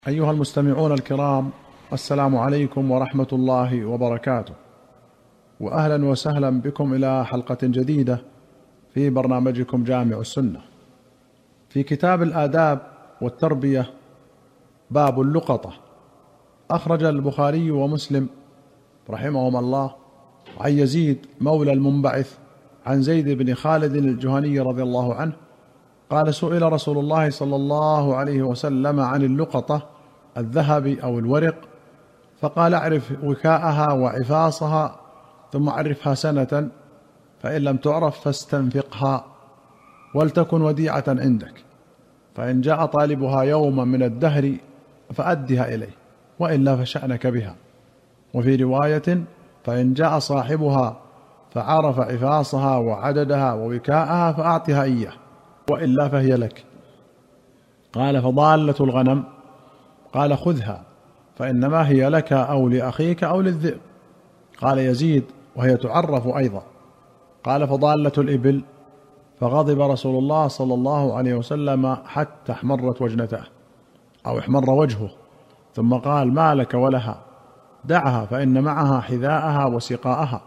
أيها المستمعون الكرام، السلام عليكم ورحمة الله وبركاته، وأهلا وسهلا بكم إلى حلقة جديدة في برنامجكم جامع السنة. في كتاب الآداب والتربية باب اللقطة، أخرج البخاري ومسلم رحمهما الله عن يزيد مولى المنبعث عن زيد بن خالد الجهني رضي الله عنه قال: سئل رسول الله صلى الله عليه وسلم عن اللقطة الذهب أو الورق، فقال: اعرف وكاءها وعفاصها ثم عرفها سنة، فإن لم تعرف فاستنفقها ولتكن وديعة عندك، فإن جاء طالبها يوما من الدهر فأدها إليه، وإلا فشأنك بها. وفي رواية: فإن جاء صاحبها فعرف عفاصها وعددها ووكاءها فأعطها إياه، وإلا فهي لك. قال: فضالة الغنم؟ قال: خذها، فإنما هي لك أو لأخيك أو للذئب. قال يزيد: وهي تعرف أيضا. قال: فضالة الإبل؟ فغضب رسول الله صلى الله عليه وسلم حتى احمرت وجنته أو احمر وجهه، ثم قال: ما لك ولها، دعها، فإن معها حذاءها وسقاءها،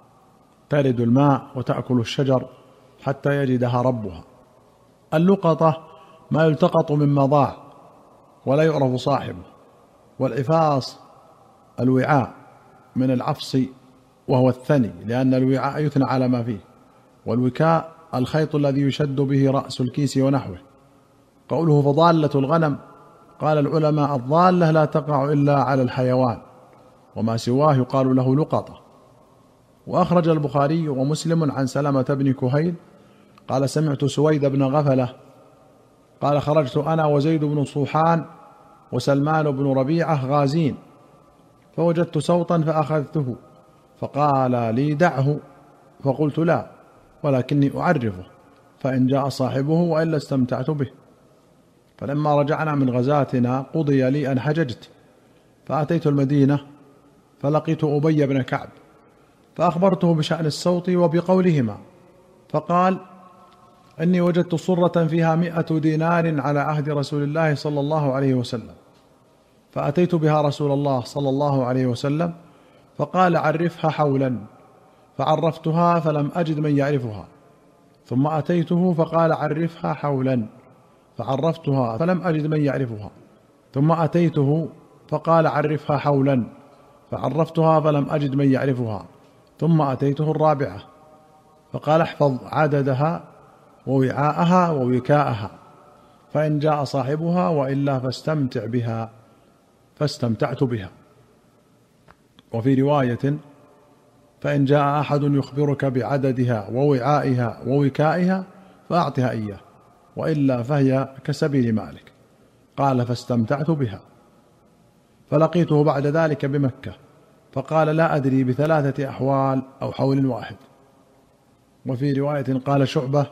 ترد الماء وتأكل الشجر حتى يجدها ربها. اللقطة ما يلتقط مما ضاع ولا يعرف صاحبه، والعفاص الوعاء من العفص وهو الثني، لأن الوعاء يثنى على ما فيه، والوكاء الخيط الذي يشد به رأس الكيس ونحوه. قوله فضالة الغنم، قال العلماء: الضالة لا تقع إلا على الحيوان، وما سواه يقال له لقطة. وأخرج البخاري ومسلم عن سلمة بن كهيل قال: سمعت سويد بن غفلة قال: خرجت أنا وزيد بن صوحان وسلمان بن ربيعة غازين، فوجدت سوطا فأخذته، فقال لي: دعه، فقلت: لا، ولكني أعرفه، فإن جاء صاحبه وإلا استمتعت به. فلما رجعنا من غزاتنا قضي لي أن حججت، فأتيت المدينة فلقيت أبي بن كعب، فأخبرته بشأن السوط وبقولهما، فقال: إني وجدت صرة فيها 100 دينار على عهد رسول الله صلى الله عليه وسلم، فأتيت بها رسول الله صلى الله عليه وسلم، فقال: عرفها حولا، فعرفتها فلم أجد من يعرفها، ثم أتيته فقال: عرفها حولا، فعرفتها فلم أجد من يعرفها، ثم أتيته فقال: عرفها حولا، فعرفتها فلم أجد من يعرفها، ثم أتيته الرابعة فقال: احفظ عددها ووعاءها ووكاءها، فإن جاء صاحبها وإلا فاستمتع بها، فاستمتعت بها. وفي رواية: فإن جاء أحد يخبرك بعددها ووعائها ووكائها فأعطها إياه، وإلا فهي كسبيل مالك. قال: فاستمتعت بها. فلقيته بعد ذلك بمكة، فقال: لا أدري ب3 أحوال أو حول واحد. وفي رواية قال شعبة: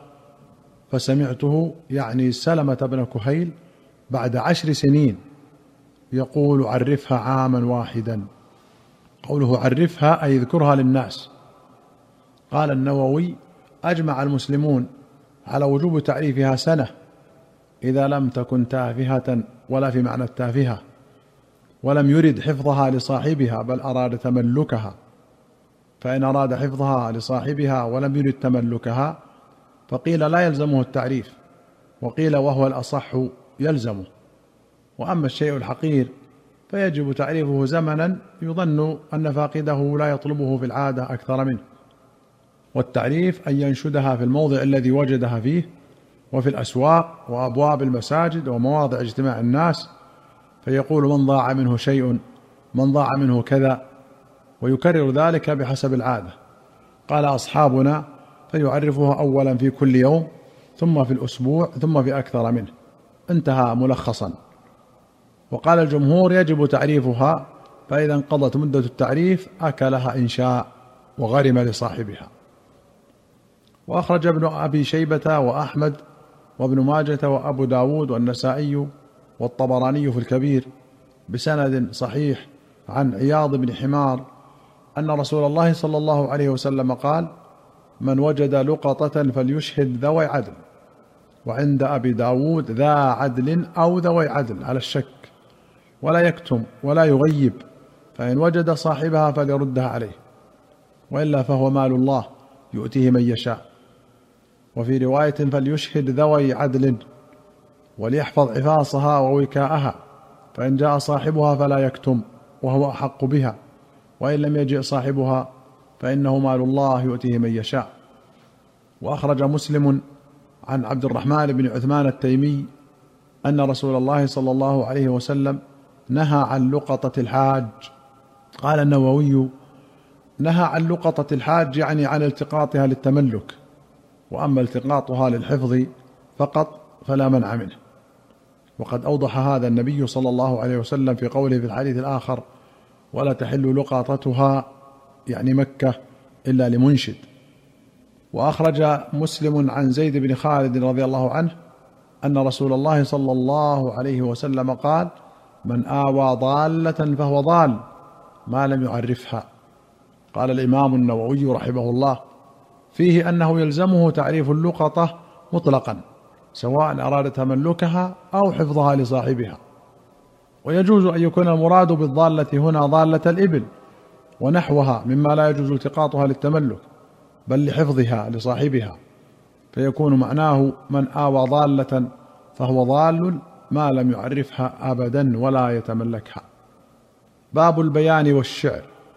فسمعته يعني سلمة بن كهيل بعد 10 سنين يقول: عرفها عاما واحدا. قوله عرفها أي اذكرها للناس. قال النووي: أجمع المسلمون على وجوب تعريفها سنة إذا لم تكن تافهة، ولا في معنى التافهة، ولم يرد حفظها لصاحبها بل أراد تملكها. فإن أراد حفظها لصاحبها ولم يرد تملكها فقيل لا يلزمه التعريف، وقيل وهو الأصح يلزمه. وأما الشيء الحقير فيجب تعريفه زمنا يظن أن فاقده لا يطلبه في العادة أكثر منه. والتعريف أن ينشدها في الموضع الذي وجدها فيه، وفي الأسواق وأبواب المساجد ومواضع اجتماع الناس، فيقول: من ضاع منه شيء، من ضاع منه كذا، ويكرر ذلك بحسب العادة. قال أصحابنا: فيعرفها أولا في كل يوم، ثم في الأسبوع، ثم في أكثر منه. انتهى ملخصا. وقال الجمهور: يجب تعريفها، فإذا انقضت مدة التعريف أكلها إن شاء وغرم لصاحبها. وأخرج ابن أبي شيبة وأحمد وابن ماجة وأبو داود والنسائي والطبراني في الكبير بسند صحيح عن عياض بن حمار أن رسول الله صلى الله عليه وسلم قال: من وجد لقطة فليشهد ذوي عدل. وعند أبي داود ذا عدل أو ذوي عدل على الشك، ولا يكتم ولا يغيب، فإن وجد صاحبها فليردها عليه، وإلا فهو مال الله يؤتيه من يشاء. وفي رواية فليشهد ذوي عدل وليحفظ عفاصها ووكاءها، فإن جاء صاحبها فلا يكتم وهو أحق بها، وإن لم يجئ صاحبها فإنه مال الله يؤتيه من يشاء. وأخرج مسلم عن عبد الرحمن بن عثمان التيمي أن رسول الله صلى الله عليه وسلم نهى عن لقطة الحاج. قال النووي: نهى عن لقطة الحاج يعني عن التقاطها للتملك، وأما التقاطها للحفظ فقط فلا منع منه. وقد أوضح هذا النبي صلى الله عليه وسلم في قوله في الحديث الآخر: ولا تحل لقاطتها يعني مكة إلا لمنشد. وأخرج مسلم عن زيد بن خالد رضي الله عنه أن رسول الله صلى الله عليه وسلم قال: من آوى ضالة فهو ضال ما لم يعرفها. قال الإمام النووي رحمه الله: فيه أنه يلزمه تعريف اللقطة مطلقا، سواء أراد تملكها أو حفظها لصاحبها. ويجوز أن يكون المراد بالضالة هنا ضالة الإبل ونحوها مما لا يجوز التقاطها للتملك بل لحفظها لصاحبها، فيكون معناه: من آوى ضالة فهو ضال ما لم يعرفها أبدا ولا يتملكها. باب البيان والشعر.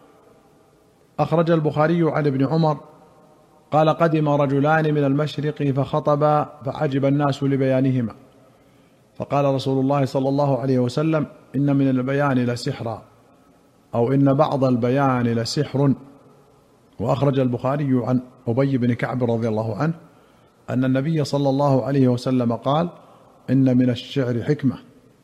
أخرج البخاري عن ابن عمر قال: قدم رجلان من المشرق فخطبا فعجب الناس لبيانهما، فقال رسول الله صلى الله عليه وسلم: إن من البيان لسحرا، أو إن بعض البيان لسحر. وأخرج البخاري عن أبي بن كعب رضي الله عنه أن النبي صلى الله عليه وسلم قال: إن من الشعر حكمة.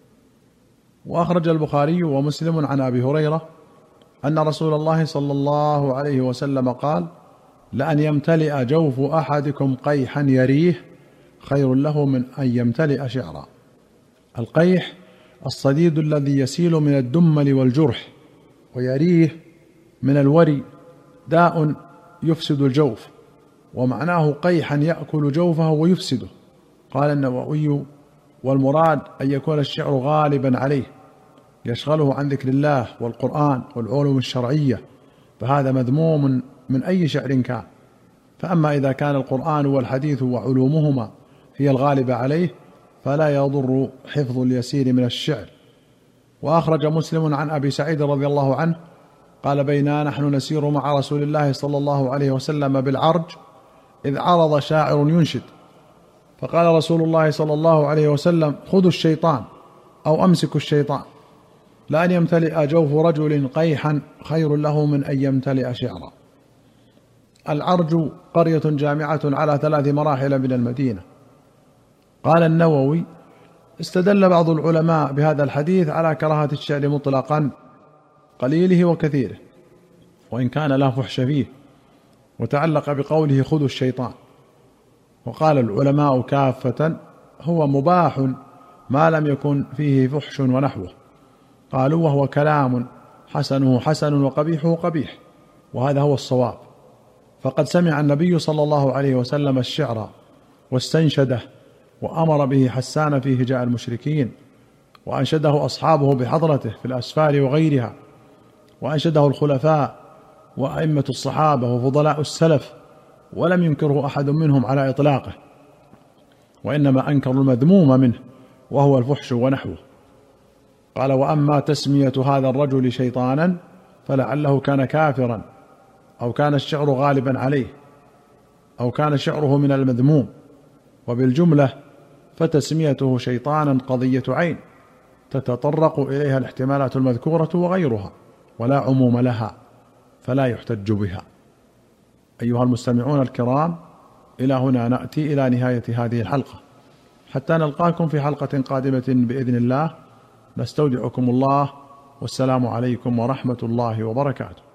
وأخرج البخاري ومسلم عن أبي هريرة أن رسول الله صلى الله عليه وسلم قال: لأن يمتلئ جوف أحدكم قيحا يريه خير له من أن يمتلئ شعرا. القيح الصديد الذي يسيل من الدمل والجرح، ويريه من الوري داء يفسد الجوف، ومعناه قيحا يأكل جوفه ويفسده. قال النووي: والمراد أن يكون الشعر غالبا عليه يشغله عن ذكر الله والقرآن والعلوم الشرعية، فهذا مذموم من أي شعر كان. فأما إذا كان القرآن والحديث وعلومهما هي الغالبة عليه فلا يضر حفظ اليسير من الشعر. وأخرج مسلم عن أبي سعيد رضي الله عنه قال: بينا نحن نسير مع رسول الله صلى الله عليه وسلم بالعرج إذ عرض شاعر ينشد، فقال رسول الله صلى الله عليه وسلم: خذوا الشيطان أو أمسكوا الشيطان، لأن يمتلئ جوف رجل قيحا خير له من أن يمتلئ شعرا. العرج قرية جامعة على 3 مراحل من المدينة. قال النووي: استدل بعض العلماء بهذا الحديث على كراهة الشعر مطلقا قليله وكثيره، وإن كان لا فحش فيه، وتعلق بقوله: خذوا الشيطان. وقال العلماء كافة: هو مباح ما لم يكن فيه فحش ونحوه. قالوا: وهو كلام حسنه حسن وقبيحه قبيح، وهذا هو الصواب. فقد سمع النبي صلى الله عليه وسلم الشعر واستنشده، وأمر به حسان في هجاء المشركين، وأنشده أصحابه بحضرته في الأسفار وغيرها، وأنشده الخلفاء وأئمة الصحابة وفضلاء السلف، ولم ينكره أحد منهم على إطلاقه، وإنما أنكروا المذموم منه وهو الفحش ونحوه. قال: وأما تسمية هذا الرجل شيطانا فلعله كان كافرا، أو كان الشعر غالبا عليه، أو كان شعره من المذموم، وبالجملة فتسميته شيطانا قضية عين تتطرق إليها الاحتمالات المذكورة وغيرها، ولا عموم لها، فلا يحتج بها. أيها المستمعون الكرام، إلى هنا نأتي إلى نهاية هذه الحلقة، حتى نلقاكم في حلقة قادمة بإذن الله. نستودعكم الله، والسلام عليكم ورحمة الله وبركاته.